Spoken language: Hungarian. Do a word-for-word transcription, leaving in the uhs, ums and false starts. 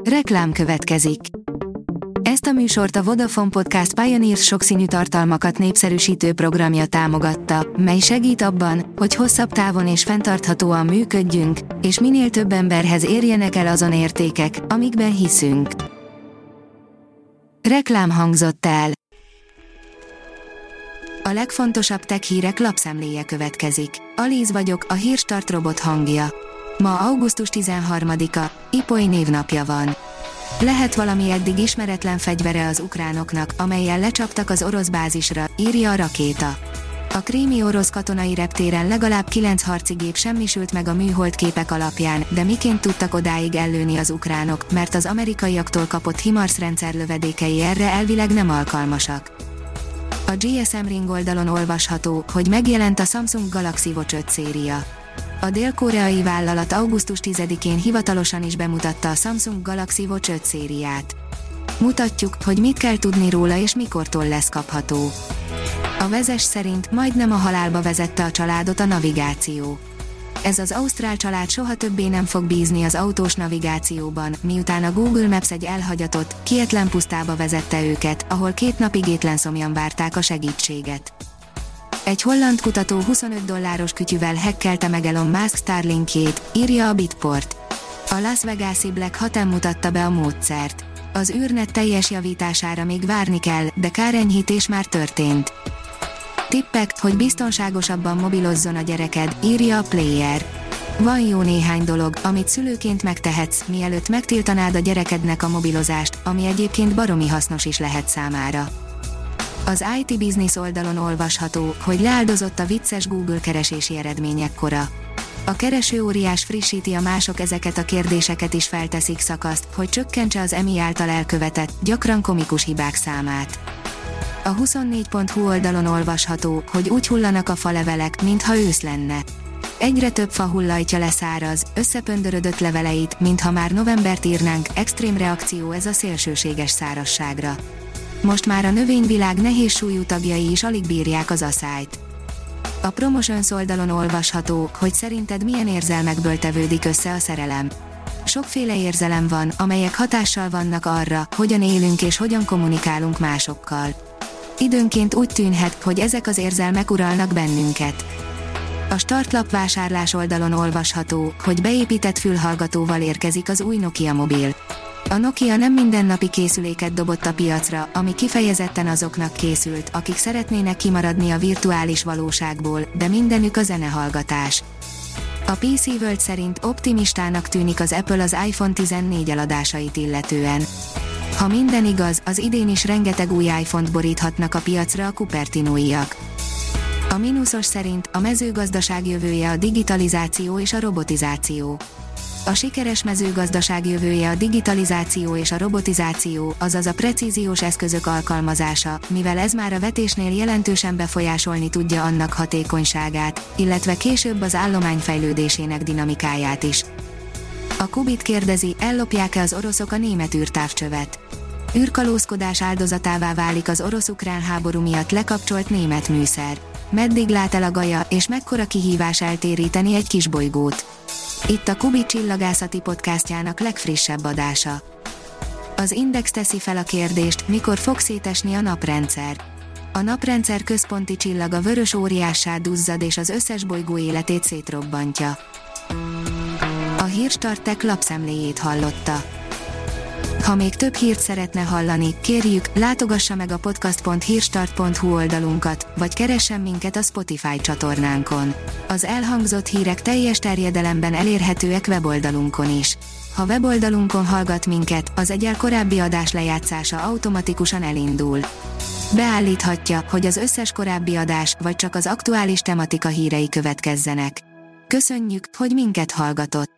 Reklám következik. Ezt a műsort a Vodafone Podcast Pioneers sokszínű tartalmakat népszerűsítő programja támogatta, mely segít abban, hogy hosszabb távon és fenntarthatóan működjünk, és minél több emberhez érjenek el azon értékek, amikben hiszünk. Reklám hangzott el. A legfontosabb tech hírek lapszemléje következik. Alíz vagyok, a Hírstart robot hangja. Ma augusztus tizenharmadika, Ipoly névnapja van. Lehet valami eddig ismeretlen fegyvere az ukránoknak, amellyel lecsaptak az orosz bázisra, írja a Rakéta. A krími orosz katonai reptéren legalább kilenc harci gép semmisült meg a műhold képek alapján, de miként tudtak odáig ellőni az ukránok, mert az amerikaiaktól kapott HIMARS rendszer lövedékei erre elvileg nem alkalmasak. A gé es em Ring oldalon olvasható, hogy megjelent a Samsung Galaxy Watch öt széria. A dél-koreai vállalat augusztus tizedikén hivatalosan is bemutatta a Samsung Galaxy Watch öt szériát. Mutatjuk, hogy mit kell tudni róla és mikortól lesz kapható. A Vezes szerint majdnem a halálba vezette a családot a navigáció. Ez az ausztrál család soha többé nem fog bízni az autós navigációban, miután a Google Maps egy elhagyatott, kietlen pusztába vezette őket, ahol két napig étlenszomjan várták a segítséget. Egy holland kutató huszonöt dolláros kütyüvel hackelte meg Elon Musk Starlinkjét, írja a Bitport. A Las Vegas-i Black Hat mutatta be a módszert. Az űrnet teljes javítására még várni kell, de kárenyhítés már történt. Tippek, hogy biztonságosabban mobilozzon a gyereked, írja a Player. Van jó néhány dolog, amit szülőként megtehetsz, mielőtt megtiltanád a gyerekednek a mobilozást, ami egyébként baromi hasznos is lehet számára. Az i té Business oldalon olvasható, hogy leáldozott a vicces Google keresési eredmények kora. A keresőóriás frissíti a Mások ezeket a kérdéseket is felteszik szakaszt, hogy csökkentse az Emmy által elkövetett, gyakran komikus hibák számát. A huszonnégy pont hu oldalon olvasható, hogy úgy hullanak a falevelek, mintha ősz lenne. Egyre több fa hullajtja le száraz, összepöndörödött leveleit, mintha már novembert írnánk, extrém reakció ez a szélsőséges szárazságra. Most már a növényvilág nehéz súlyú tagjai is alig bírják az aszályt. A Promotions oldalon olvasható, hogy szerinted milyen érzelmekből tevődik össze a szerelem. Sokféle érzelem van, amelyek hatással vannak arra, hogyan élünk és hogyan kommunikálunk másokkal. Időnként úgy tűnhet, hogy ezek az érzelmek uralnak bennünket. A startlap vásárlás oldalon olvasható, hogy beépített fülhallgatóval érkezik az új Nokia mobil. A Nokia nem mindennapi készüléket dobott a piacra, ami kifejezetten azoknak készült, akik szeretnének kimaradni a virtuális valóságból, de mindenük a zenehallgatás. A pé cé World szerint optimistának tűnik az Apple az iPhone tizennégy eladásait illetően. Ha minden igaz, az idén is rengeteg új iPhone-t boríthatnak a piacra a Cupertinóiak. A mínuszos szerint a mezőgazdaság jövője a digitalizáció és a robotizáció. A sikeres mezőgazdaság jövője a digitalizáció és a robotizáció, azaz a precíziós eszközök alkalmazása, mivel ez már a vetésnél jelentősen befolyásolni tudja annak hatékonyságát, illetve később az állomány fejlődésének dinamikáját is. A Kubit kérdezi, ellopják-e az oroszok a német űrtávcsövet? Űrkalózkodás áldozatává válik az orosz-ukrán háború miatt lekapcsolt német műszer. Meddig lát el a Gaia, és mekkora kihívás eltéríteni egy kisbolygót? Itt a Kubit csillagászati podcastjának legfrissebb adása. Az Index teszi fel a kérdést, mikor fog szétesni a naprendszer. A naprendszer központi csillaga vörös óriássá duzzad és az összes bolygó életét szétrobbantja. A Hírstart Tech lapszemléjét hallotta. Ha még több hírt szeretne hallani, kérjük, látogassa meg a podcast pont hírstart pont hu oldalunkat, vagy keressen minket a Spotify csatornánkon. Az elhangzott hírek teljes terjedelemben elérhetőek weboldalunkon is. Ha weboldalunkon hallgat minket, az egyel korábbi adás lejátszása automatikusan elindul. Beállíthatja, hogy az összes korábbi adás, vagy csak az aktuális tematika hírei következzenek. Köszönjük, hogy minket hallgatott!